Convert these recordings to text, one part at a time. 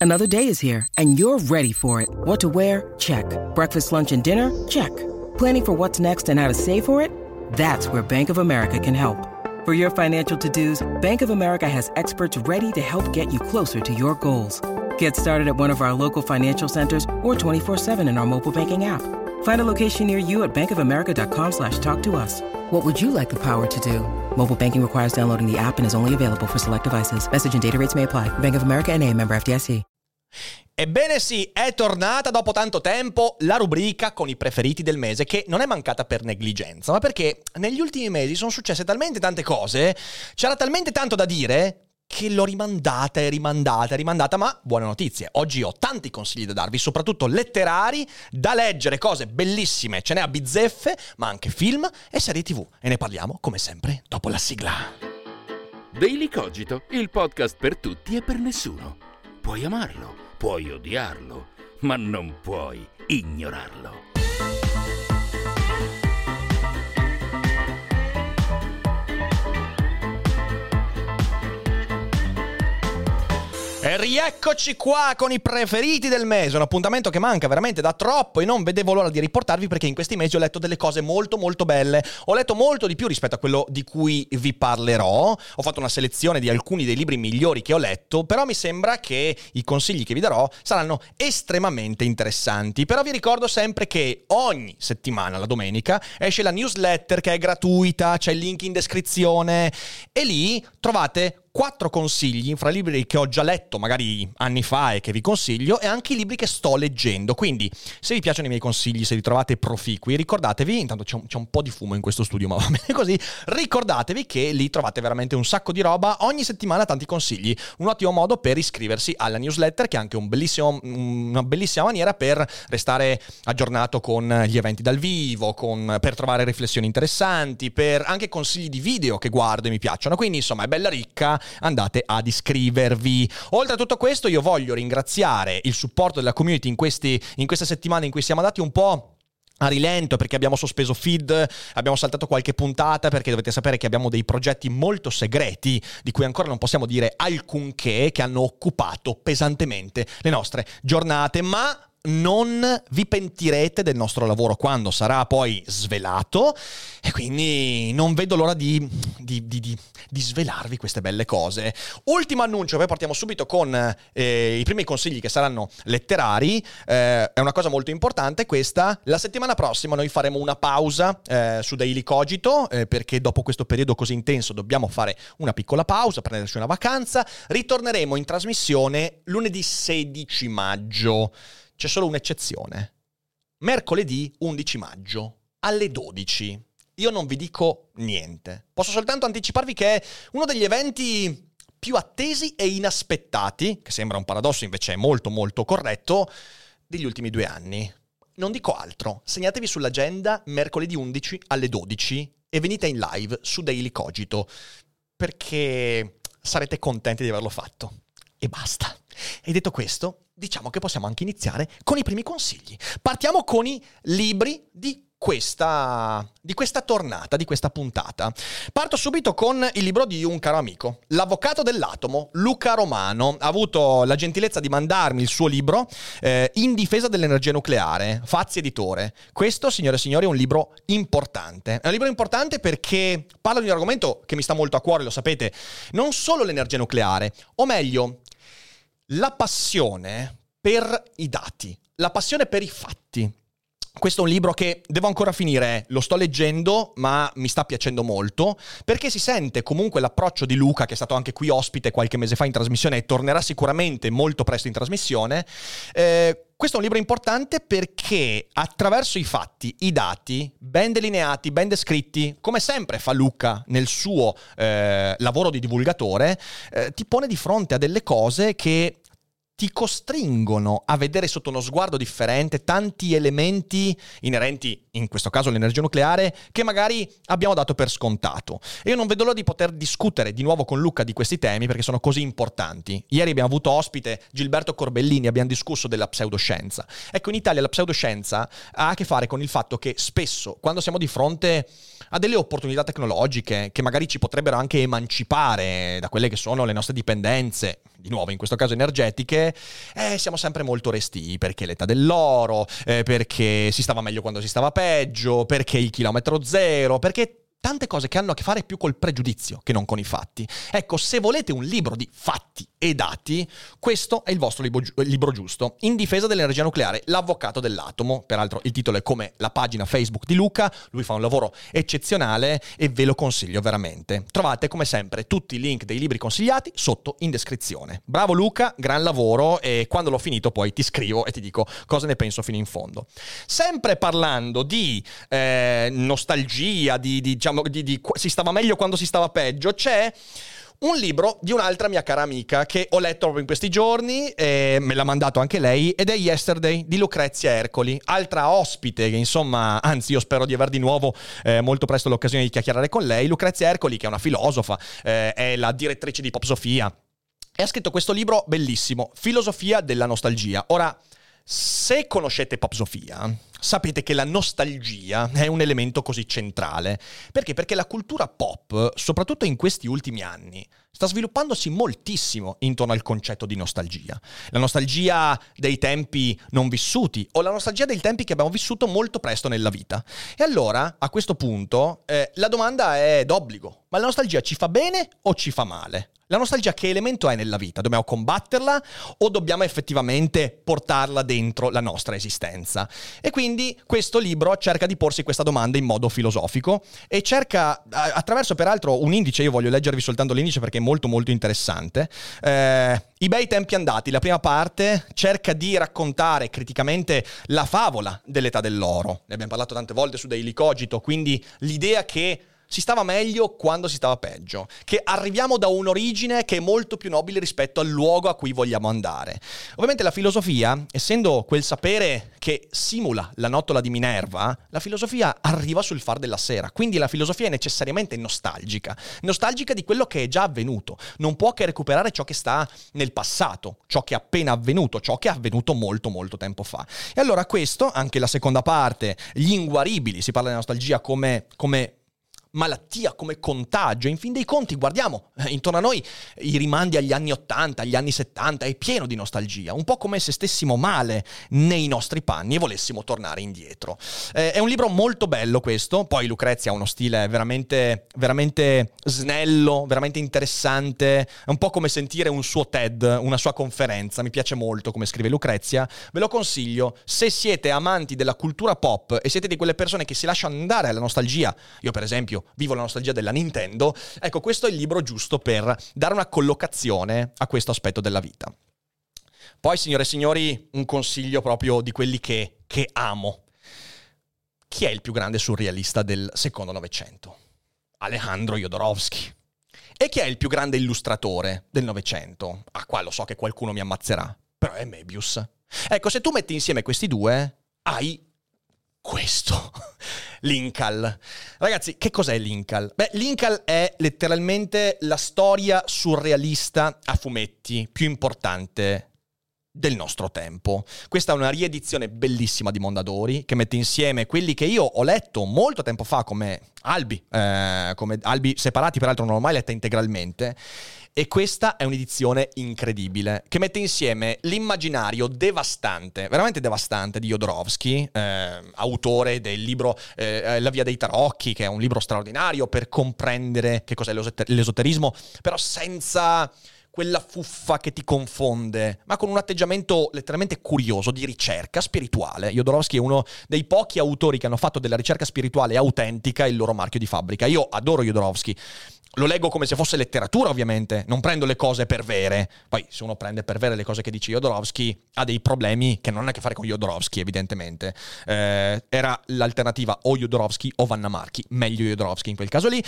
Another day is here, and you're ready for it. What to wear? Check. Breakfast, lunch, and dinner? Check. Planning for what's next and how to save for it? That's where Bank of America can help. For your financial to-dos, Bank of America has experts ready to help get you closer to your goals. Get started at one of our local financial centers or 24/7 in our mobile banking app. Find a location near you at bankofamerica.com/talktous. What would you like the power to do? Mobile banking requires downloading the app and is only available for select devices. Message and data rates may apply. Bank of America N.A., member FDIC. Ebbene sì, è tornata dopo tanto tempo la rubrica con i preferiti del mese, che non è mancata per negligenza, ma perché negli ultimi mesi sono successe talmente tante cose, c'era talmente tanto da dire, che l'ho rimandata, ma buone notizie. Oggi ho tanti consigli da darvi, soprattutto letterari, da leggere, cose bellissime, ce n'è a bizzeffe, ma anche film e serie TV. E ne parliamo, come sempre, dopo la sigla. Daily Cogito, il podcast per tutti e per nessuno. Puoi amarlo, puoi odiarlo, ma non puoi ignorarlo. E rieccoci qua con i preferiti del mese, un appuntamento che manca veramente da troppo e non vedevo l'ora di riportarvi, perché in questi mesi ho letto delle cose molto molto belle, ho letto molto di più rispetto a quello di cui vi parlerò, ho fatto una selezione di alcuni dei libri migliori che ho letto, però mi sembra che i consigli che vi darò saranno estremamente interessanti. Però vi ricordo sempre che ogni settimana, la domenica, esce la newsletter che è gratuita, c'è il link in descrizione e lì trovate 4 consigli fra libri che ho già letto magari anni fa e che vi consiglio, e anche i libri che sto leggendo. Quindi se vi piacciono i miei consigli, se li trovate proficui, ricordatevi, intanto c'è un po' di fumo in questo studio, ma va bene così, ricordatevi che lì trovate veramente un sacco di roba, ogni settimana tanti consigli, un ottimo modo per iscriversi alla newsletter, che è anche una bellissima maniera per restare aggiornato con gli eventi dal vivo, per trovare riflessioni interessanti, per anche consigli di video che guardo e mi piacciono. Quindi insomma è bella ricca, andate ad iscrivervi. Oltre a tutto questo, io voglio ringraziare il supporto della community in queste settimane in cui siamo andati un po' a rilento, perché abbiamo sospeso feed, abbiamo saltato qualche puntata, perché dovete sapere che abbiamo dei progetti molto segreti di cui ancora non possiamo dire alcunché, che hanno occupato pesantemente le nostre giornate, ma non vi pentirete del nostro lavoro quando sarà poi svelato, e quindi non vedo l'ora di svelarvi queste belle cose. Ultimo annuncio, poi partiamo subito con i primi consigli che saranno letterari. È una cosa molto importante questa: la settimana prossima noi faremo una pausa su Daily Cogito, perché dopo questo periodo così intenso dobbiamo fare una piccola pausa, prenderci una vacanza. Ritorneremo in trasmissione lunedì 16 maggio. C'è solo un'eccezione: mercoledì 11 maggio alle 12. Io non vi dico niente, posso soltanto anticiparvi che è uno degli eventi più attesi e inaspettati, che sembra un paradosso invece è molto molto corretto, degli ultimi 2 anni. Non dico altro, segnatevi sull'agenda mercoledì 11 alle 12 e venite in live su Daily Cogito, perché sarete contenti di averlo fatto. E basta. E detto questo, diciamo che possiamo anche iniziare con i primi consigli. Partiamo con i libri di questa tornata, di questa puntata. Parto subito con il libro di un caro amico, L'avvocato dell'atomo, Luca Romano. Ha avuto la gentilezza di mandarmi il suo libro In difesa dell'energia nucleare, Fazzi Editore. Questo, signore e signori, è un libro importante. È un libro importante perché parla di un argomento che mi sta molto a cuore, lo sapete, non solo l'energia nucleare, o meglio, la passione per i dati, la passione per i fatti. Questo è un libro che devo ancora finire, lo sto leggendo, ma mi sta piacendo molto, perché si sente comunque l'approccio di Luca, che è stato anche qui ospite qualche mese fa in trasmissione e tornerà sicuramente molto presto in trasmissione. Questo è un libro importante perché attraverso i fatti, i dati, ben delineati, ben descritti, come sempre fa Luca nel suo lavoro di divulgatore, ti pone di fronte a delle cose che ti costringono a vedere sotto uno sguardo differente tanti elementi inerenti, in questo caso all'energia nucleare, che magari abbiamo dato per scontato. E io non vedo l'ora di poter discutere di nuovo con Luca di questi temi, perché sono così importanti. Ieri abbiamo avuto ospite Gilberto Corbellini, abbiamo discusso della pseudoscienza. Ecco, in Italia la pseudoscienza ha a che fare con il fatto che spesso, quando siamo di fronte a delle opportunità tecnologiche che magari ci potrebbero anche emancipare da quelle che sono le nostre dipendenze, di nuovo in questo caso energetiche, siamo sempre molto restii, perché l'età dell'oro, perché si stava meglio quando si stava peggio, perché il chilometro zero, perché tante cose che hanno a che fare più col pregiudizio che non con i fatti. Ecco, se volete un libro di fatti e dati, questo è il vostro libro giusto. In difesa dell'energia nucleare, l'avvocato dell'atomo. Peraltro il titolo è come la pagina Facebook di Luca, lui fa un lavoro eccezionale e ve lo consiglio veramente. Trovate come sempre tutti i link dei libri consigliati sotto in descrizione. Bravo Luca, gran lavoro, e quando l'ho finito poi ti scrivo e ti dico cosa ne penso fino in fondo. Sempre parlando di nostalgia, diciamo si stava meglio quando si stava peggio, c'è un libro di un'altra mia cara amica che ho letto proprio in questi giorni, me l'ha mandato anche lei, ed è Yesterday di Lucrezia Ercoli, altra ospite che insomma, anzi io spero di aver di nuovo molto presto l'occasione di chiacchierare con lei. Lucrezia Ercoli, che è una filosofa, è la direttrice di Pop Sofia, e ha scritto questo libro bellissimo, Filosofia della nostalgia. Ora, se conoscete Pop Sofia, sapete che la nostalgia è un elemento così centrale. Perché? Perché la cultura pop, soprattutto in questi ultimi anni, sta sviluppandosi moltissimo intorno al concetto di nostalgia. La nostalgia dei tempi non vissuti, o la nostalgia dei tempi che abbiamo vissuto molto presto nella vita. E allora, a questo punto, la domanda è d'obbligo. Ma la nostalgia ci fa bene o ci fa male? La nostalgia che elemento è nella vita? Dobbiamo combatterla o dobbiamo effettivamente portarla dentro la nostra esistenza? E quindi questo libro cerca di porsi questa domanda in modo filosofico e cerca, attraverso peraltro un indice, io voglio leggervi soltanto l'indice perché è molto molto interessante, I bei tempi andati. La prima parte cerca di raccontare criticamente la favola dell'età dell'oro. Ne abbiamo parlato tante volte su Daily Cogito, quindi l'idea che si stava meglio quando si stava peggio, che arriviamo da un'origine che è molto più nobile rispetto al luogo a cui vogliamo andare. Ovviamente la filosofia, essendo quel sapere che simula la nottola di Minerva, la filosofia arriva sul far della sera, quindi la filosofia è necessariamente nostalgica di quello che è già avvenuto, non può che recuperare ciò che sta nel passato, ciò che è appena avvenuto, ciò che è avvenuto molto molto tempo fa. E allora questo, anche la seconda parte, gli inguaribili, si parla di nostalgia come malattia, come contagio. In fin dei conti guardiamo intorno a noi i rimandi agli anni 80, agli anni 70, è pieno di nostalgia, un po' come se stessimo male nei nostri panni e volessimo tornare indietro. È un libro molto bello questo, poi Lucrezia ha uno stile veramente, veramente snello, veramente interessante, è un po' come sentire un suo TED, una sua conferenza. Mi piace molto come scrive Lucrezia, ve lo consiglio se siete amanti della cultura pop e siete di quelle persone che si lasciano andare alla nostalgia. Io per esempio vivo la nostalgia della Nintendo. Ecco, questo è il libro giusto per dare una collocazione a questo aspetto della vita. Poi, signore e signori, un consiglio proprio di quelli che amo. Chi è il più grande surrealista del secondo Novecento? Alejandro Jodorowsky. E chi è il più grande illustratore del Novecento? Qua lo so che qualcuno mi ammazzerà, però è Möbius. Ecco, se tu metti insieme questi due, hai questo. L'Incal. Ragazzi, che cos'è l'Incal? Beh, l'Incal è letteralmente la storia surrealista a fumetti più importante del nostro tempo. Questa è una riedizione bellissima di Mondadori che mette insieme quelli che io ho letto molto tempo fa come albi separati, peraltro non l'ho mai letta integralmente. E questa è un'edizione incredibile che mette insieme l'immaginario devastante, veramente devastante, di Jodorowsky, autore del libro La via dei tarocchi, che è un libro straordinario per comprendere che cos'è l'esoterismo, però senza quella fuffa che ti confonde, ma con un atteggiamento letteralmente curioso di ricerca spirituale. Jodorowsky è uno dei pochi autori che hanno fatto della ricerca spirituale autentica il loro marchio di fabbrica. Io adoro Jodorowsky. Lo leggo come se fosse letteratura, ovviamente. Non prendo le cose per vere. Poi, se uno prende per vere le cose che dice Jodorowsky, ha dei problemi che non hanno a che fare con Jodorowsky, evidentemente. Era l'alternativa o Jodorowsky o Vanna Marchi. Meglio Jodorowsky in quel caso lì.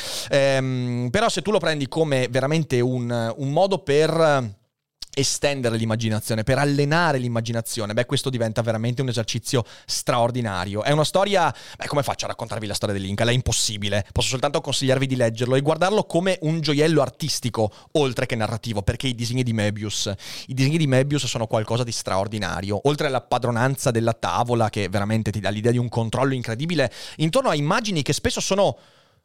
Però se tu lo prendi come veramente un modo per estendere l'immaginazione, per allenare l'immaginazione, beh, questo diventa veramente un esercizio straordinario. È una storia, come faccio a raccontarvi la storia dell'Incal? È impossibile. Posso soltanto consigliarvi di leggerlo e guardarlo come un gioiello artistico, oltre che narrativo, perché i disegni di Möbius sono qualcosa di straordinario. Oltre alla padronanza della tavola, che veramente ti dà l'idea di un controllo incredibile, intorno a immagini che spesso sono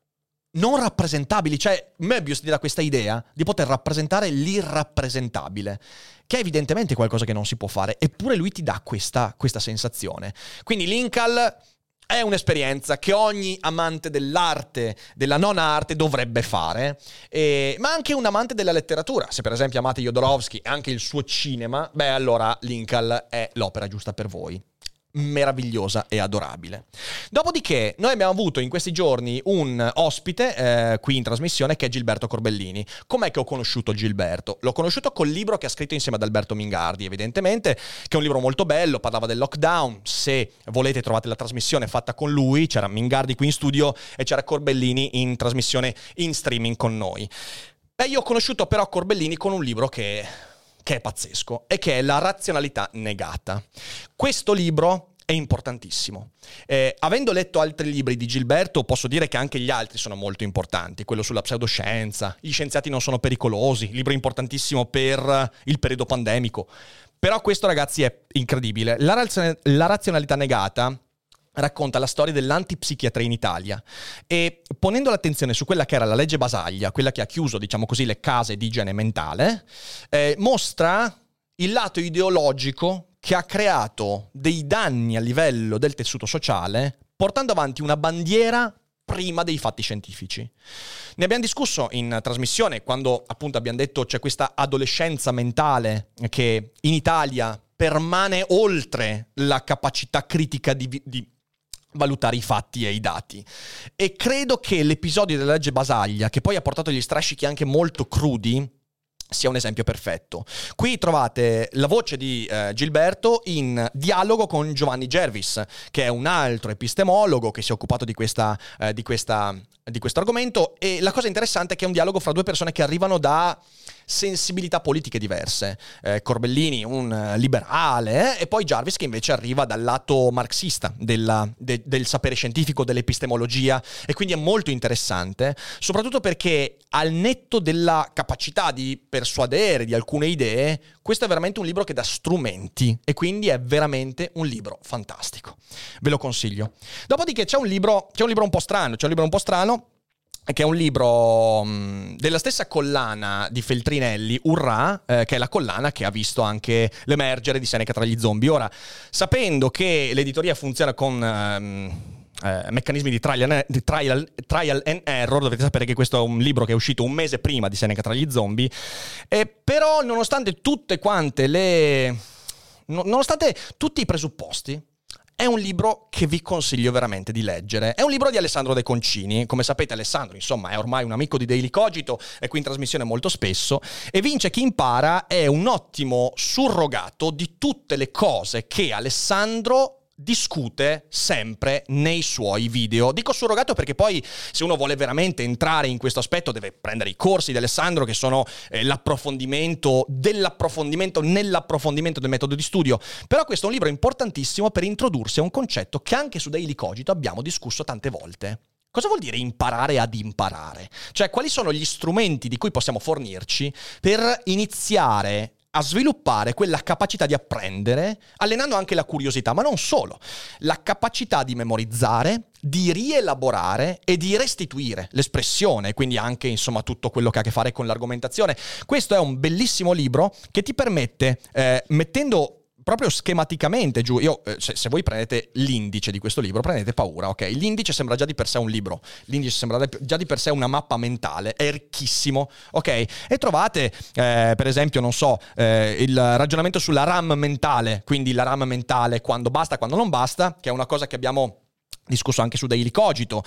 non rappresentabili. Cioè, Möbius ti dà questa idea di poter rappresentare l'irrappresentabile, che è evidentemente qualcosa che non si può fare, eppure lui ti dà questa sensazione. Quindi l'Incal è un'esperienza che ogni amante dell'arte, della non arte, dovrebbe fare, ma anche un amante della letteratura. Se per esempio amate Jodorowsky e anche il suo cinema, beh allora l'Incal è l'opera giusta per voi. Meravigliosa e adorabile. Dopodiché noi abbiamo avuto in questi giorni un ospite qui in trasmissione, che è Gilberto Corbellini. Com'è che ho conosciuto Gilberto? L'ho conosciuto col libro che ha scritto insieme ad Alberto Mingardi, evidentemente, che è un libro molto bello, parlava del lockdown. Se volete trovate la trasmissione fatta con lui, c'era Mingardi qui in studio e c'era Corbellini in trasmissione in streaming con noi. E io ho conosciuto però Corbellini con un libro che è pazzesco e che è La razionalità negata. Questo libro è importantissimo. Avendo letto altri libri di Gilberto, posso dire che anche gli altri sono molto importanti. Quello sulla pseudoscienza, Gli scienziati non sono pericolosi, libro importantissimo per il periodo pandemico. Però questo, ragazzi, è incredibile. La razionalità negata racconta la storia dell'antipsichiatria in Italia e ponendo l'attenzione su quella che era la legge Basaglia, quella che ha chiuso, diciamo così, le case di igiene mentale, mostra il lato ideologico che ha creato dei danni a livello del tessuto sociale, portando avanti una bandiera prima dei fatti scientifici. Ne abbiamo discusso in trasmissione quando appunto abbiamo detto c'è questa adolescenza mentale che in Italia permane oltre la capacità critica di valutare i fatti e i dati. E credo che l'episodio della legge Basaglia, che poi ha portato gli strascichi anche molto crudi, sia un esempio perfetto. Qui trovate la voce di Gilberto in dialogo con Giovanni Gervis, che è un altro epistemologo che si è occupato di questo argomento, e la cosa interessante è che è un dialogo fra due persone che arrivano da sensibilità politiche diverse. Corbellini, un liberale, e poi Jarvis che invece arriva dal lato marxista del sapere scientifico, dell'epistemologia, e quindi è molto interessante, soprattutto perché al netto della capacità di persuadere di alcune idee, questo è veramente un libro che dà strumenti e quindi è veramente un libro fantastico. Ve lo consiglio. Dopodiché c'è un libro un po' strano, che è un libro della stessa collana di Feltrinelli, Urrà, che è la collana che ha visto anche l'emergere di Seneca tra gli zombie. Ora, sapendo che l'editoria funziona con meccanismi di trial and error, dovete sapere che questo è un libro che è uscito un mese prima di Seneca tra gli zombie, però nonostante nonostante tutti i presupposti, è un libro che vi consiglio veramente di leggere. È un libro di Alessandro De Concini. Come sapete, Alessandro, insomma, è ormai un amico di Daily Cogito, è qui in trasmissione molto spesso, e Vince Chi Impara è un ottimo surrogato di tutte le cose che Alessandro discute sempre nei suoi video. Dico surrogato perché poi se uno vuole veramente entrare in questo aspetto deve prendere i corsi di Alessandro, che sono l'approfondimento dell'approfondimento nell'approfondimento del metodo di studio. Però questo è un libro importantissimo per introdursi a un concetto che anche su Daily Cogito abbiamo discusso tante volte. Cosa vuol dire imparare ad imparare? Cioè, quali sono gli strumenti di cui possiamo fornirci per iniziare a sviluppare quella capacità di apprendere, allenando anche la curiosità, ma non solo, la capacità di memorizzare, di rielaborare e di restituire l'espressione, quindi anche, insomma, tutto quello che ha a che fare con l'argomentazione. Questo è un bellissimo libro che ti permette, mettendo proprio schematicamente giù, se voi prendete l'indice di questo libro, prendete paura, ok? L'indice sembra già di per sé un libro, l'indice sembra già di per sé una mappa mentale, è ricchissimo, ok? E trovate, per esempio, non so, il ragionamento sulla RAM mentale, quindi la RAM mentale quando basta, quando non basta, che è una cosa che abbiamo discusso anche su Daily Cogito,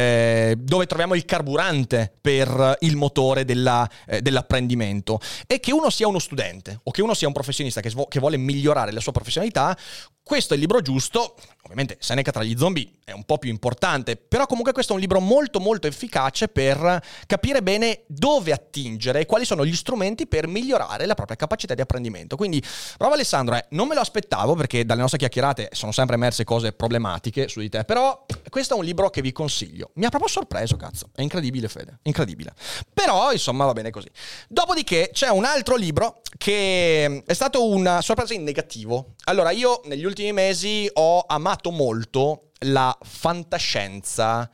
dove troviamo il carburante per il motore dell'apprendimento. E che uno sia uno studente o che uno sia un professionista che vuole migliorare la sua professionalità, questo è il libro giusto. Ovviamente Seneca tra gli zombie è un po' più importante, però comunque questo è un libro molto molto efficace per capire bene dove attingere e quali sono gli strumenti per migliorare la propria capacità di apprendimento. Quindi bravo Alessandro, non me lo aspettavo perché dalle nostre chiacchierate sono sempre emerse cose problematiche su di te, però questo è un libro che vi consiglio. Mi ha proprio sorpreso, cazzo, è incredibile, Fede, incredibile. Però insomma va bene così. Dopodiché c'è un altro libro che è stato una sorpresa in negativo. Allora, io negli ultimi mesi ho amato molto la fantascienza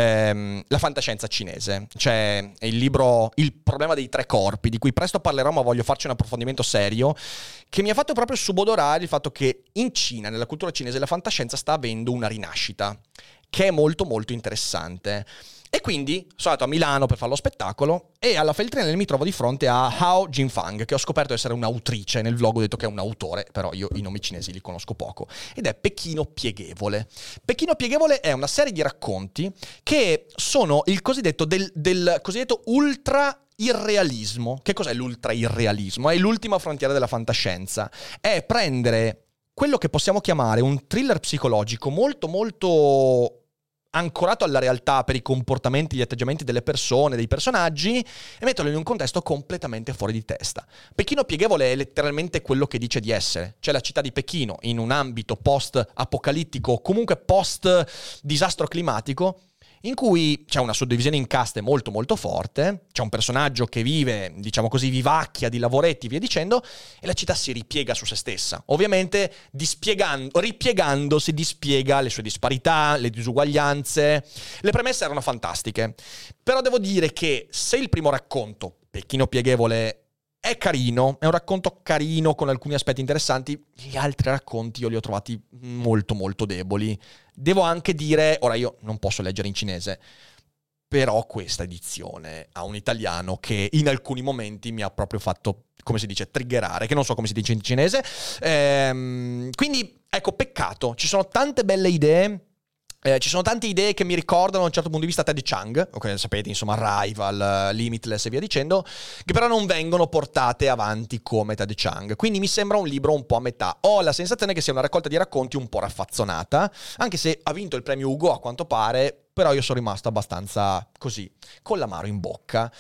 cinese. C'è il libro Il problema dei tre corpi, di cui presto parlerò, ma voglio farci un approfondimento serio, che mi ha fatto proprio subodorare il fatto che in Cina, nella cultura cinese, la fantascienza sta avendo una rinascita, che è molto molto interessante. E quindi sono andato a Milano per fare lo spettacolo e alla Feltrinelli mi trovo di fronte a Hao Jinfang, che ho scoperto essere un'autrice. Nel vlog ho detto che è un autore, però io i nomi cinesi li conosco poco. Ed è Pechino Pieghevole. Pechino Pieghevole è una serie di racconti che sono il cosiddetto del cosiddetto ultra irrealismo. Che cos'è l'ultra irrealismo? È l'ultima frontiera della fantascienza. È prendere quello che possiamo chiamare un thriller psicologico molto molto ancorato alla realtà per i comportamenti, gli atteggiamenti delle persone, dei personaggi, e metterlo in un contesto completamente fuori di testa. Pechino Pieghevole è letteralmente quello che dice di essere. C'è la città di Pechino in un ambito post-apocalittico, comunque post-disastro climatico, in cui c'è una suddivisione in caste molto molto forte, c'è un personaggio che vive, diciamo così, vivacchia di lavoretti, via dicendo, e la città si ripiega su se stessa. Ovviamente ripiegandosi dispiega le sue disparità, le disuguaglianze. Le premesse erano fantastiche, però devo dire che se il primo racconto, Pechino Pieghevole, è carino, è un racconto carino con alcuni aspetti interessanti, gli altri racconti io li ho trovati molto molto deboli. Devo anche dire, ora io non posso leggere in cinese, però questa edizione ha un italiano che in alcuni momenti mi ha proprio fatto, come si dice, triggerare, che non so come si dice in cinese. Quindi, ecco, peccato, ci sono tante belle idee. Ci sono tante idee che mi ricordano da un certo punto di vista Ted Chiang, ok, sapete, insomma, Arrival, Limitless e via dicendo, che però non vengono portate avanti come Ted Chiang. Quindi mi sembra un libro un po' a metà. Ho la sensazione che sia una raccolta di racconti un po' raffazzonata, anche se ha vinto il premio Hugo a quanto pare, però io sono rimasto abbastanza così, con l'amaro in bocca.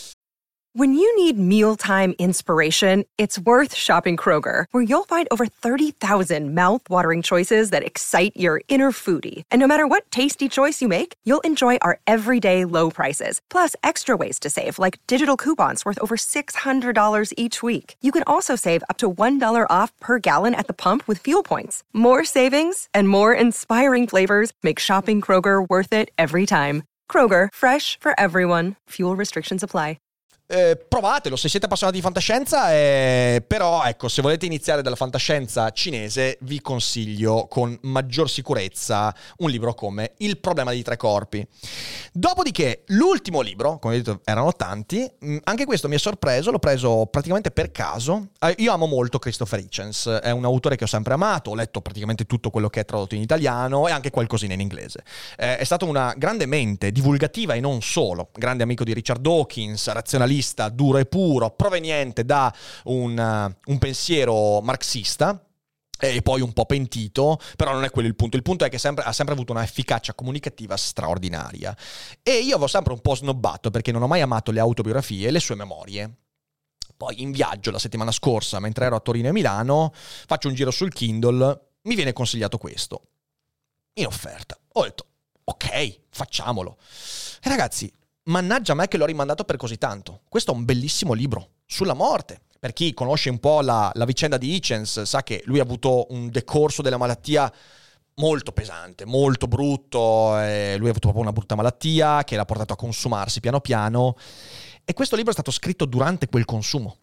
When you need mealtime inspiration, it's worth shopping Kroger, where you'll find over 30,000 mouth-watering choices that excite your inner foodie. And no matter what tasty choice you make, you'll enjoy our everyday low prices, plus extra ways to save, like digital coupons worth over $600 each week. You can also save up to $1 off per gallon at the pump with fuel points. More savings and more inspiring flavors make shopping Kroger worth it every time. Kroger, fresh for everyone. Fuel restrictions apply. Provatelo se siete appassionati di fantascienza, però ecco, se volete iniziare dalla fantascienza cinese vi consiglio con maggior sicurezza un libro come Il problema dei tre corpi. Dopodiché l'ultimo libro, come detto erano tanti, anche questo mi è sorpreso, l'ho preso praticamente per caso. Io amo molto Christopher Hitchens, è un autore che ho sempre amato, ho letto praticamente tutto quello che è tradotto in italiano e anche qualcosina in inglese. È stato una grande mente divulgativa e non solo, grande amico di Richard Dawkins, razionalista duro e puro, proveniente da un pensiero marxista e poi un po' pentito, però non è quello il punto. Il punto è che ha sempre avuto una efficacia comunicativa straordinaria. E io avevo sempre un po' snobbato perché non ho mai amato le autobiografie e le sue memorie. Poi in viaggio la settimana scorsa, mentre ero a Torino e Milano, faccio un giro sul Kindle, mi viene consigliato questo in offerta. Ho detto, ok, facciamolo. E ragazzi, mannaggia me che l'ho rimandato per così tanto. Questo è un bellissimo libro sulla morte. Per chi conosce un po' la vicenda di Hitchens, sa che lui ha avuto un decorso della malattia molto pesante, molto brutto. Lui ha avuto proprio una brutta malattia che l'ha portato a consumarsi piano piano. E questo libro è stato scritto durante quel consumo.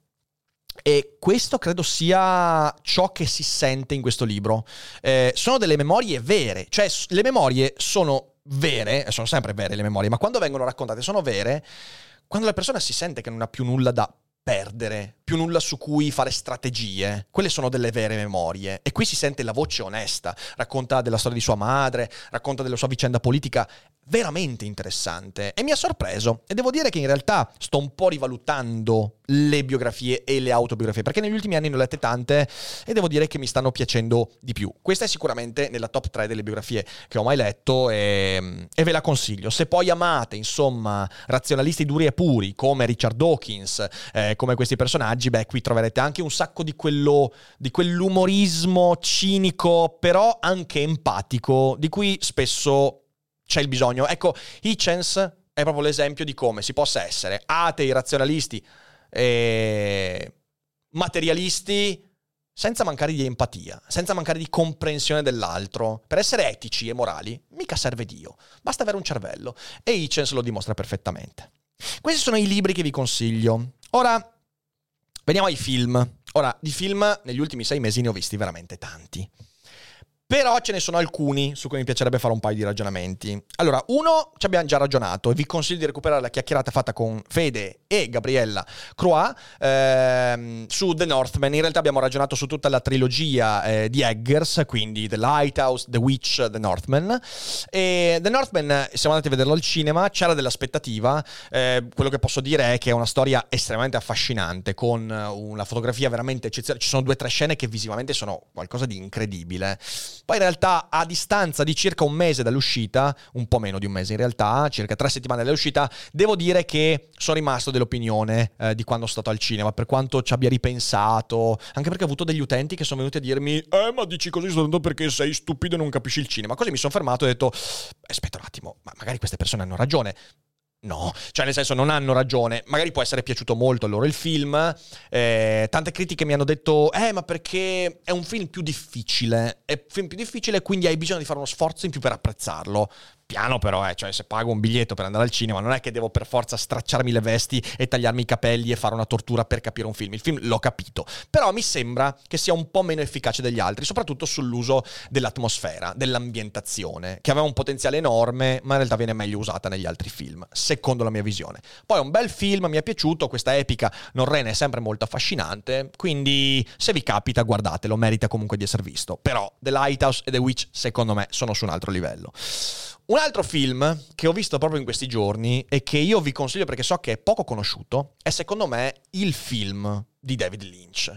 E questo credo sia ciò che si sente in questo libro. Sono delle memorie vere, cioè le memorie sono vere, sono sempre vere le memorie, ma quando vengono raccontate sono vere quando la persona si sente che non ha più nulla da perdere, più nulla su cui fare strategie. Quelle sono delle vere memorie e qui si sente la voce onesta, racconta della storia di sua madre, racconta della sua vicenda politica, veramente interessante, e mi ha sorpreso. E devo dire che in realtà sto un po' rivalutando le biografie e le autobiografie, perché negli ultimi anni ne ho lette tante e devo dire che mi stanno piacendo di più. Questa è sicuramente nella top 3 delle biografie che ho mai letto e ve la consiglio. Se poi amate, insomma, razionalisti duri e puri come Richard Dawkins, come questi personaggi, beh, qui troverete anche un sacco di quell'umorismo cinico, però anche empatico, di cui spesso c'è il bisogno. Ecco, Hitchens è proprio l'esempio di come si possa essere atei, razionalisti, materialisti, senza mancare di empatia, senza mancare di comprensione dell'altro. Per essere etici e morali, mica serve Dio, basta avere un cervello. E Hitchens lo dimostra perfettamente. Questi sono i libri che vi consiglio. Ora, veniamo ai film. Ora, di film negli ultimi 6 mesi ne ho visti veramente tanti. Però ce ne sono alcuni su cui mi piacerebbe fare un paio di ragionamenti. Allora, uno ci abbiamo già ragionato e vi consiglio di recuperare la chiacchierata fatta con Fede e Gabriella Croix su The Northman. In realtà abbiamo ragionato su tutta la trilogia di Eggers, quindi The Lighthouse, The Witch, The Northman. E The Northman, siamo andati a vederlo al cinema, c'era dell'aspettativa. Quello che posso dire è che è una storia estremamente affascinante, con una fotografia veramente eccezionale. Ci sono 2 o 3 scene che visivamente sono qualcosa di incredibile. Poi in realtà a distanza di circa un mese dall'uscita, un po' meno di un mese in realtà, circa 3 settimane dall'uscita, devo dire che sono rimasto dell'opinione di quando sono stato al cinema, per quanto ci abbia ripensato, anche perché ho avuto degli utenti che sono venuti a dirmi ma dici così soltanto perché sei stupido e non capisci il cinema. Così mi sono fermato e ho detto aspetta un attimo, ma magari queste persone hanno ragione. No, cioè nel senso non hanno ragione, magari può essere piaciuto molto a loro il film, tante critiche mi hanno detto ma perché è un film più difficile, quindi hai bisogno di fare uno sforzo in più per apprezzarlo. Piano però, cioè se pago un biglietto per andare al cinema non è che devo per forza stracciarmi le vesti e tagliarmi i capelli e fare una tortura per capire un film. Il film l'ho capito, però mi sembra che sia un po' meno efficace degli altri, soprattutto sull'uso dell'atmosfera, dell'ambientazione, che aveva un potenziale enorme, ma in realtà viene meglio usata negli altri film, secondo la mia visione. Poi è un bel film, mi è piaciuto, questa epica norrena è sempre molto affascinante, quindi se vi capita guardatelo, merita comunque di essere visto. Però The Lighthouse e The Witch secondo me sono su un altro livello. Un altro film che ho visto proprio in questi giorni e che io vi consiglio perché so che è poco conosciuto è secondo me il film di David Lynch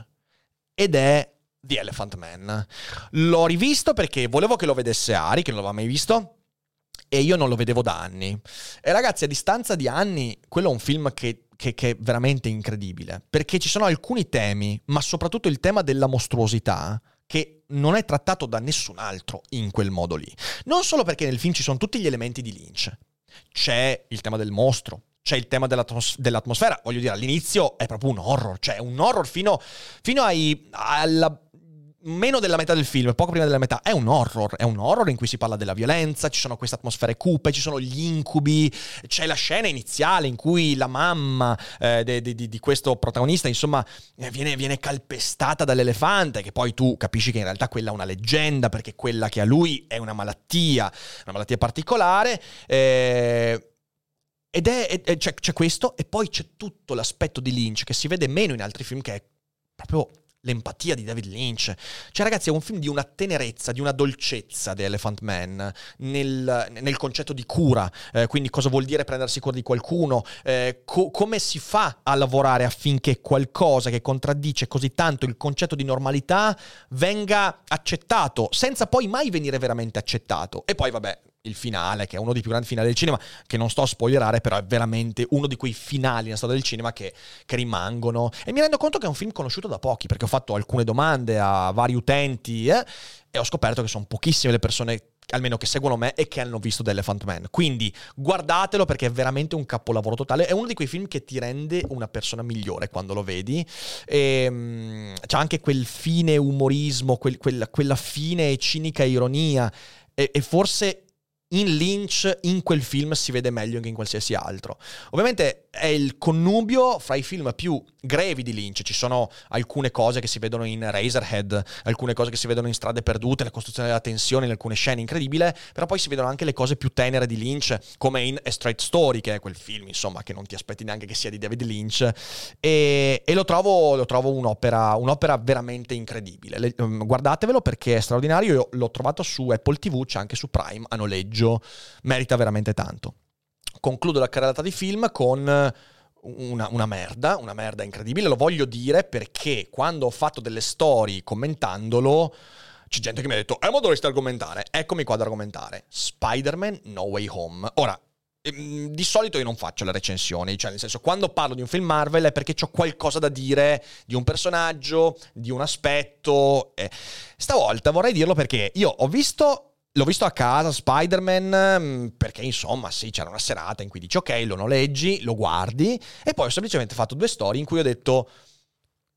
ed è The Elephant Man. L'ho rivisto perché volevo che lo vedesse Ari, che non l'aveva mai visto, e io non lo vedevo da anni. E ragazzi, a distanza di anni, quello è un film che è veramente incredibile, perché ci sono alcuni temi, ma soprattutto il tema della mostruosità, che non è trattato da nessun altro in quel modo lì. Non solo perché nel film ci sono tutti gli elementi di Lynch. C'è il tema del mostro, c'è il tema dell'atmosfera. Voglio dire, all'inizio è proprio un horror, cioè un horror fino alla meno della metà del film, poco prima della metà. È un horror in cui si parla della violenza, ci sono queste atmosfere cupe, ci sono gli incubi, c'è la scena iniziale in cui la mamma di questo protagonista, insomma, viene calpestata dall'elefante, che poi tu capisci che in realtà quella è una leggenda, perché quella che ha lui è una malattia particolare, c'è questo, e poi c'è tutto l'aspetto di Lynch che si vede meno in altri film, che è proprio l'empatia di David Lynch. Cioè ragazzi, è un film di una tenerezza, di una dolcezza, The Elephant Man, nel concetto di cura, quindi cosa vuol dire prendersi cura di qualcuno, come si fa a lavorare affinché qualcosa che contraddice così tanto il concetto di normalità venga accettato, senza poi mai venire veramente accettato. E poi vabbè, il finale, che è uno dei più grandi finali del cinema, che non sto a spoilerare, però è veramente uno di quei finali nella storia del cinema che rimangono. E mi rendo conto che è un film conosciuto da pochi, perché ho fatto alcune domande a vari utenti e ho scoperto che sono pochissime le persone, almeno che seguono me, e che hanno visto The Elephant Man. Quindi guardatelo, perché è veramente un capolavoro totale. È uno di quei film che ti rende una persona migliore quando lo vedi. E c'è anche quel fine umorismo, quella fine e cinica ironia, e forse in Lynch, in quel film, si vede meglio che in qualsiasi altro. Ovviamente è il connubio fra i film più grevi di Lynch. Ci sono alcune cose che si vedono in Eraserhead, alcune cose che si vedono in Strade Perdute, la costruzione della tensione in alcune scene incredibile, però poi si vedono anche le cose più tenere di Lynch, come in A Straight Story, che è quel film, insomma, che non ti aspetti neanche che sia di David Lynch, e lo trovo un'opera veramente incredibile. Guardatevelo perché è straordinario. Io l'ho trovato su Apple TV, c'è anche su Prime a noleggio, merita veramente tanto. Concludo la carrellata di film con una merda incredibile. Lo voglio dire perché quando ho fatto delle story commentandolo, c'è gente che mi ha detto ma dovresti argomentare. Eccomi qua ad argomentare. Spider-Man No Way Home. Ora, di solito io non faccio le recensioni, cioè nel senso, quando parlo di un film Marvel è perché c'ho qualcosa da dire di un personaggio, di un aspetto. Stavolta vorrei dirlo perché io l'ho visto a casa, Spider-Man, perché insomma sì, c'era una serata in cui dici ok, lo noleggi, lo guardi, e poi ho semplicemente fatto 2 storie in cui ho detto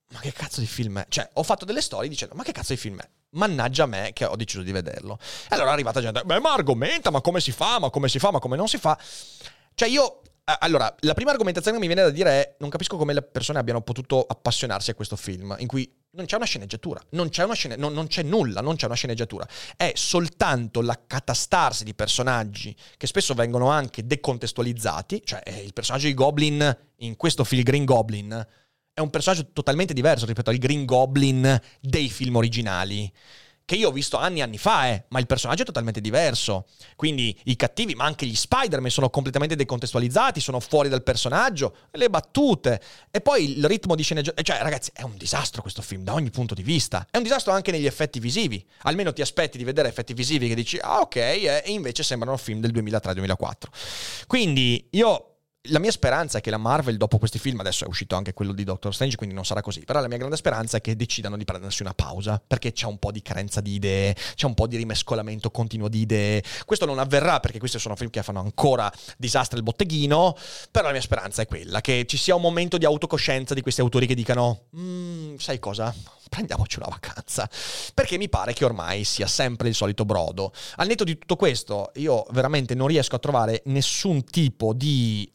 ma che cazzo di film è? Cioè, ho fatto delle storie dicendo, ma che cazzo di film è? Mannaggia me che ho deciso di vederlo. E allora è arrivata gente, beh, ma argomenta, ma come si fa, ma come non si fa? Cioè io... Allora, la prima argomentazione che mi viene da dire è non capisco come le persone abbiano potuto appassionarsi a questo film, in cui non c'è una sceneggiatura, non c'è nulla, non c'è una sceneggiatura. È soltanto l'accatastarsi di personaggi che spesso vengono anche decontestualizzati, cioè il personaggio di Goblin in questo film Green Goblin è un personaggio totalmente diverso rispetto al Green Goblin dei film originali, che io ho visto anni e anni fa, ma il personaggio è totalmente diverso. Quindi i cattivi, ma anche gli Spider-Man sono completamente decontestualizzati, sono fuori dal personaggio, le battute, e poi il ritmo di sceneggiatura. Cioè, ragazzi, è un disastro questo film, da ogni punto di vista. È un disastro anche negli effetti visivi. Almeno ti aspetti di vedere effetti visivi che dici, ah ok, e invece sembrano film del 2003-2004. Quindi la mia speranza è che la Marvel, dopo questi film, adesso è uscito anche quello di Doctor Strange, quindi non sarà così, però la mia grande speranza è che decidano di prendersi una pausa, perché c'è un po' di carenza di idee, c'è un po' di rimescolamento continuo di idee. Questo non avverrà perché questi sono film che fanno ancora disastri al botteghino, però la mia speranza è quella, che ci sia un momento di autocoscienza di questi autori che dicano, sai cosa? Prendiamoci una vacanza, perché mi pare che ormai sia sempre il solito brodo. Al netto di tutto questo, io veramente non riesco a trovare nessun tipo di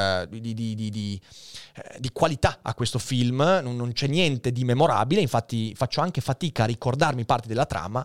qualità a questo film, non c'è niente di memorabile, infatti faccio anche fatica a ricordarmi parti della trama.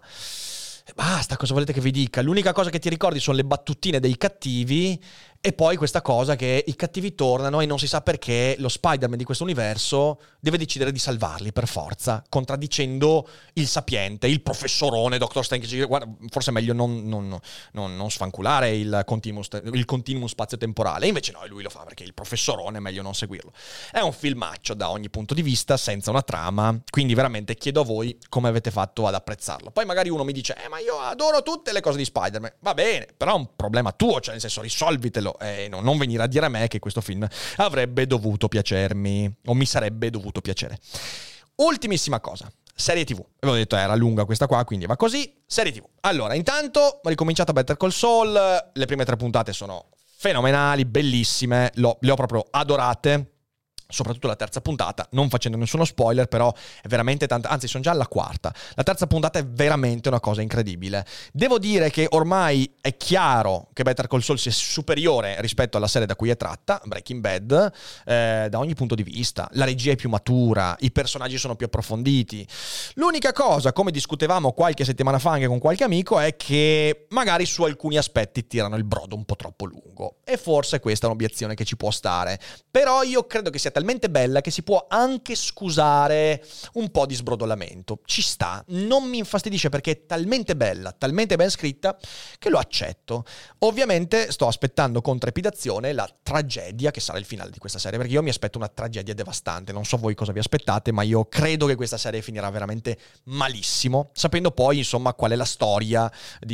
Basta, cosa volete che vi dica? L'unica cosa che ti ricordi sono le battutine dei cattivi e poi questa cosa che i cattivi tornano e non si sa perché lo Spider-Man di questo universo deve decidere di salvarli per forza, contraddicendo il sapiente, il professorone Dr. Strange. Guarda, forse è meglio non sfanculare il continuum spazio-temporale, invece no, lui lo fa perché il professorone è meglio non seguirlo. È un filmaccio da ogni punto di vista, senza una trama, quindi veramente chiedo a voi come avete fatto ad apprezzarlo. Poi magari uno mi dice, ma io adoro tutte le cose di Spider-Man, va bene, però è un problema tuo, cioè nel senso risolvitelo. Non venire a dire a me che questo film avrebbe dovuto piacermi o mi sarebbe dovuto piacere. Ultimissima cosa, serie TV. Avevo detto era lunga questa qua, quindi va così. Serie TV. Allora, intanto ho ricominciato Better Call Saul, le prime 3 puntate sono fenomenali, bellissime, le ho proprio adorate. Soprattutto la terza puntata, non facendo nessuno spoiler, però è veramente tanta, anzi sono già alla 4ª. La terza puntata è veramente una cosa incredibile. Devo dire che ormai è chiaro che Better Call Saul sia superiore rispetto alla serie da cui è tratta, Breaking Bad, da ogni punto di vista. La regia è più matura, i personaggi sono più approfonditi. L'unica cosa, come discutevamo qualche settimana fa anche con qualche amico, è che magari su alcuni aspetti tirano il brodo un po' troppo lungo. E forse questa è un'obiezione che ci può stare. Però io credo che sia talmente bella che si può anche scusare un po' di sbrodolamento. Ci sta, non mi infastidisce perché è talmente bella, talmente ben scritta che lo accetto. Ovviamente sto aspettando con trepidazione la tragedia che sarà il finale di questa serie, perché io mi aspetto una tragedia devastante. Non so voi cosa vi aspettate, ma io credo che questa serie finirà veramente malissimo, sapendo poi insomma qual è la storia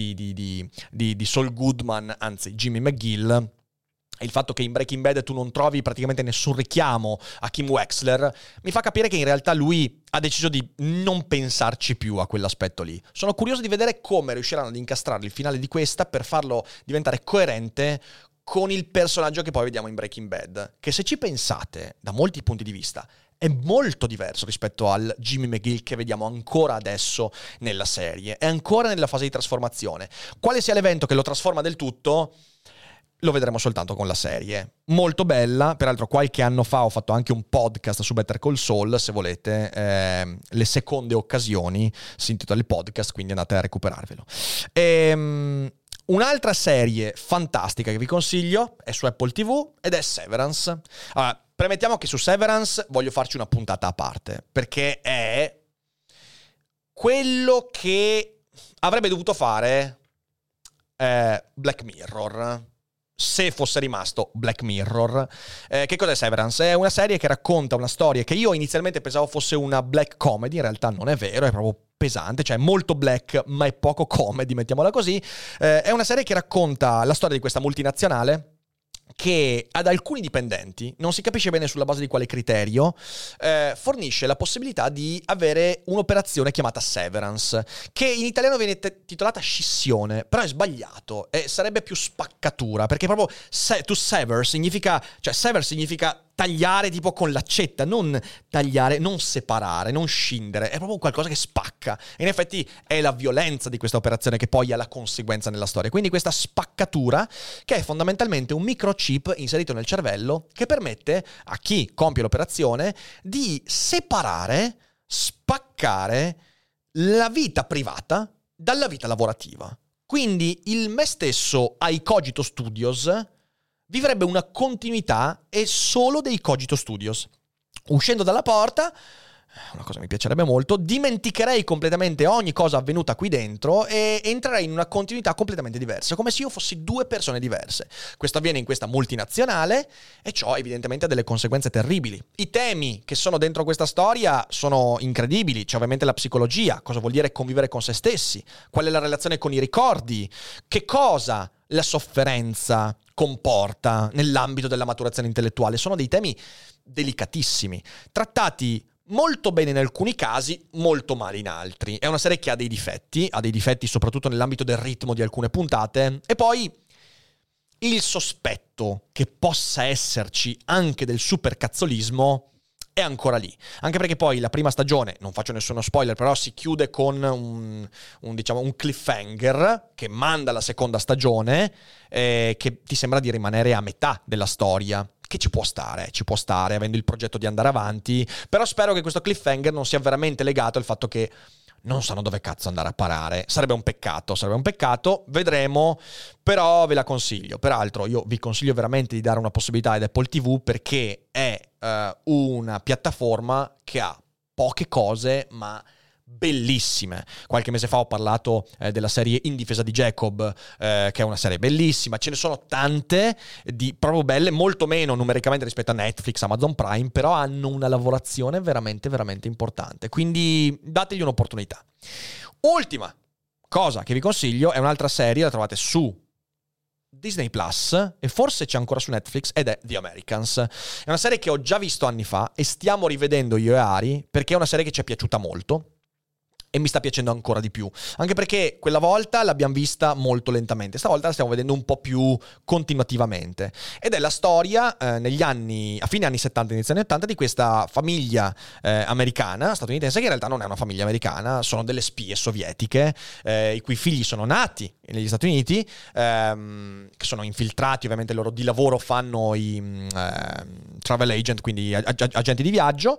di Saul Goodman, anzi Jimmy McGill. E il fatto che in Breaking Bad tu non trovi praticamente nessun richiamo a Kim Wexler mi fa capire che in realtà lui ha deciso di non pensarci più a quell'aspetto lì. Sono curioso di vedere come riusciranno ad incastrare il finale di questa per farlo diventare coerente con il personaggio che poi vediamo in Breaking Bad, che se ci pensate da molti punti di vista è molto diverso rispetto al Jimmy McGill che vediamo ancora adesso nella serie, è ancora nella fase di trasformazione. Quale sia l'evento che lo trasforma del tutto lo vedremo soltanto con la serie. Molto bella, peraltro qualche anno fa ho fatto anche un podcast su Better Call Saul, se volete, le seconde occasioni, si intitola il podcast, quindi andate a recuperarvelo. Un'altra serie fantastica che vi consiglio è su Apple TV ed è Severance. Allora, premettiamo che su Severance voglio farci una puntata a parte, perché è quello che avrebbe dovuto fare Black Mirror, se fosse rimasto Black Mirror. Che cos'è Severance? È una serie che racconta una storia che io inizialmente pensavo fosse una black comedy, in realtà non è vero, è proprio pesante, cioè molto black ma è poco comedy, mettiamola così. È una serie che racconta la storia di questa multinazionale che ad alcuni dipendenti, non si capisce bene sulla base di quale criterio, fornisce la possibilità di avere un'operazione chiamata severance, che in italiano viene titolata scissione, però è sbagliato, sarebbe più spaccatura, perché proprio to sever significa, cioè sever significa tagliare tipo con l'accetta, non tagliare, non separare, non scindere, è proprio qualcosa che spacca. E in effetti è la violenza di questa operazione che poi ha la conseguenza nella storia. Quindi questa spaccatura, che è fondamentalmente un microchip inserito nel cervello che permette a chi compie l'operazione di separare, spaccare la vita privata dalla vita lavorativa. Quindi il me stesso ai Cogito Studios vivrebbe una continuità e solo dei Cogito Studios. Uscendo dalla porta, una cosa mi piacerebbe molto, dimenticherei completamente ogni cosa avvenuta qui dentro e entrerei in una continuità completamente diversa, come se io fossi due persone diverse. Questo avviene in questa multinazionale e ciò evidentemente ha delle conseguenze terribili. I temi che sono dentro questa storia sono incredibili, c'è ovviamente la psicologia, cosa vuol dire convivere con se stessi, qual è la relazione con i ricordi, che cosa la sofferenza comporta nell'ambito della maturazione intellettuale. Sono dei temi delicatissimi, trattati molto bene in alcuni casi, molto male in altri. È una serie che ha dei difetti soprattutto nell'ambito del ritmo di alcune puntate, e poi il sospetto che possa esserci anche del supercazzolismo è ancora lì, anche perché poi la prima stagione, non faccio nessuno spoiler, però si chiude con un cliffhanger che manda alla seconda stagione, che ti sembra di rimanere a metà della storia, che ci può stare avendo il progetto di andare avanti, però spero che questo cliffhanger non sia veramente legato al fatto che non sanno dove cazzo andare a parare. Sarebbe un peccato, vedremo, però ve la consiglio. Peraltro io vi consiglio veramente di dare una possibilità ad Apple TV, perché è una piattaforma che ha poche cose ma bellissime. Qualche mese fa ho parlato della serie In difesa di Jacob, che è una serie bellissima. Ce ne sono tante di proprio belle, molto meno numericamente rispetto a Netflix, Amazon Prime, però hanno una lavorazione veramente veramente importante, quindi dategli un'opportunità. Ultima cosa che vi consiglio è un'altra serie, la trovate su Disney Plus e forse c'è ancora su Netflix, ed è The Americans. È una serie che ho già visto anni fa e stiamo rivedendo io e Ari, perché è una serie che ci è piaciuta molto e mi sta piacendo ancora di più, anche perché quella volta l'abbiamo vista molto lentamente, stavolta la stiamo vedendo un po' più continuativamente, ed è la storia a fine anni 70, inizio anni 80, di questa famiglia americana, statunitense, che in realtà non è una famiglia americana, sono delle spie sovietiche, i cui figli sono nati negli Stati Uniti, che sono infiltrati, ovviamente loro di lavoro fanno i travel agent, quindi agenti di viaggio,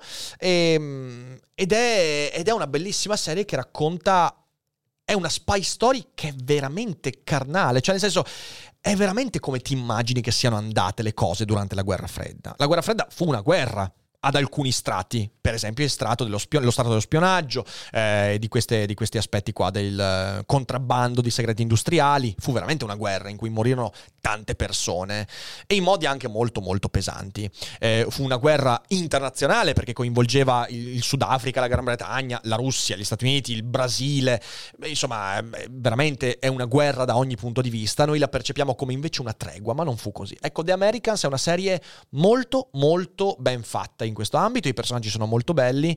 ed è una bellissima serie che racconta, è una spy story che è veramente carnale, cioè nel senso è veramente come ti immagini che siano andate le cose durante la Guerra Fredda. La Guerra Fredda fu una guerra ad alcuni strati, per esempio lo strato dello spionaggio, di questi aspetti qua del contrabbando di segreti industriali. Fu veramente una guerra in cui morirono tante persone e in modi anche molto molto pesanti. Fu una guerra internazionale perché coinvolgeva il Sudafrica, la Gran Bretagna, la Russia, gli Stati Uniti, il Brasile. Insomma, veramente è una guerra da ogni punto di vista. Noi la percepiamo come invece una tregua, ma non fu così. Ecco, The Americans è una serie molto molto ben fatta in questo ambito, i personaggi sono molto belli,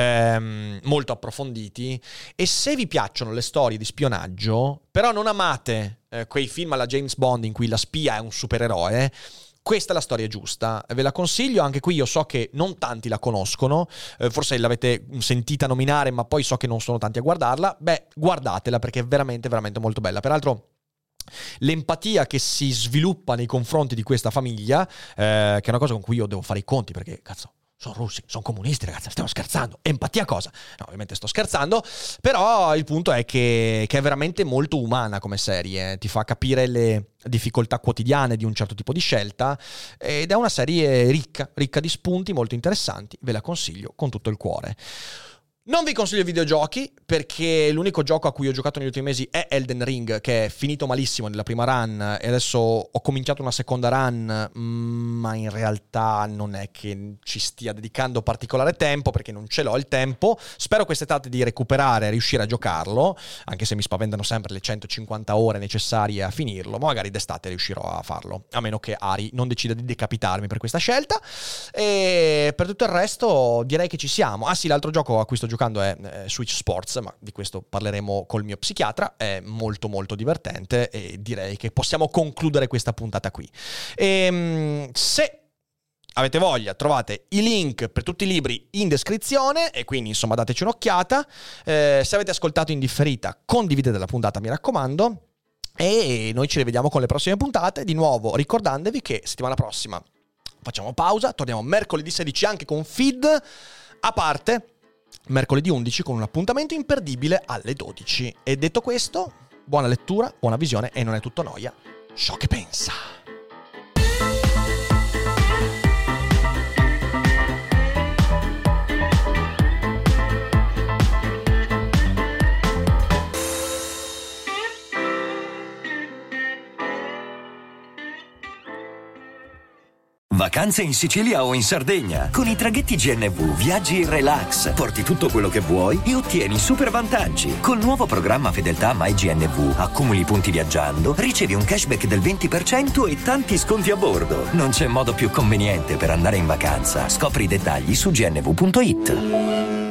molto approfonditi, e se vi piacciono le storie di spionaggio, però non amate quei film alla James Bond in cui la spia è un supereroe, questa è la storia giusta, ve la consiglio. Anche qui io so che non tanti la conoscono, forse l'avete sentita nominare, ma poi so che non sono tanti a guardarla. Beh, guardatela perché è veramente veramente molto bella. Peraltro l'empatia che si sviluppa nei confronti di questa famiglia, che è una cosa con cui io devo fare i conti, perché cazzo, sono russi, sono comunisti, ragazzi, stiamo scherzando. Empatia cosa? No, ovviamente sto scherzando, però il punto è che è veramente molto umana come serie, ti fa capire le difficoltà quotidiane di un certo tipo di scelta, ed è una serie ricca di spunti molto interessanti, ve la consiglio con tutto il cuore. Non vi consiglio i videogiochi, perché l'unico gioco a cui ho giocato negli ultimi mesi è Elden Ring, che è finito malissimo nella prima run e adesso ho cominciato una seconda run, ma in realtà non è che ci stia dedicando particolare tempo, perché non ce l'ho il tempo. Spero quest'estate di recuperare e riuscire a giocarlo, anche se mi spaventano sempre le 150 ore necessarie a finirlo, ma magari d'estate riuscirò a farlo, a meno che Ari non decida di decapitarmi per questa scelta. E per tutto il resto direi che ci siamo. Ah sì, l'altro gioco a cui sto giocando è Switch Sports, ma di questo parleremo col mio psichiatra. È molto molto divertente e direi che possiamo concludere questa puntata qui. Se avete voglia, trovate i link per tutti i libri in descrizione e quindi insomma dateci un'occhiata. Se avete ascoltato in differita, condividete la puntata, mi raccomando, e noi ci rivediamo con le prossime puntate, di nuovo ricordandovi che settimana prossima facciamo pausa, torniamo mercoledì 16 anche con feed a parte, mercoledì 11 con un appuntamento imperdibile alle 12. E detto questo, buona lettura, buona visione e non è tutto noia ciò che pensa. Vacanze in Sicilia o in Sardegna. Con i traghetti GNV viaggi in relax, porti tutto quello che vuoi e ottieni super vantaggi. Col nuovo programma Fedeltà MyGNV accumuli punti viaggiando, ricevi un cashback del 20% e tanti sconti a bordo. Non c'è modo più conveniente per andare in vacanza. Scopri i dettagli su gnv.it.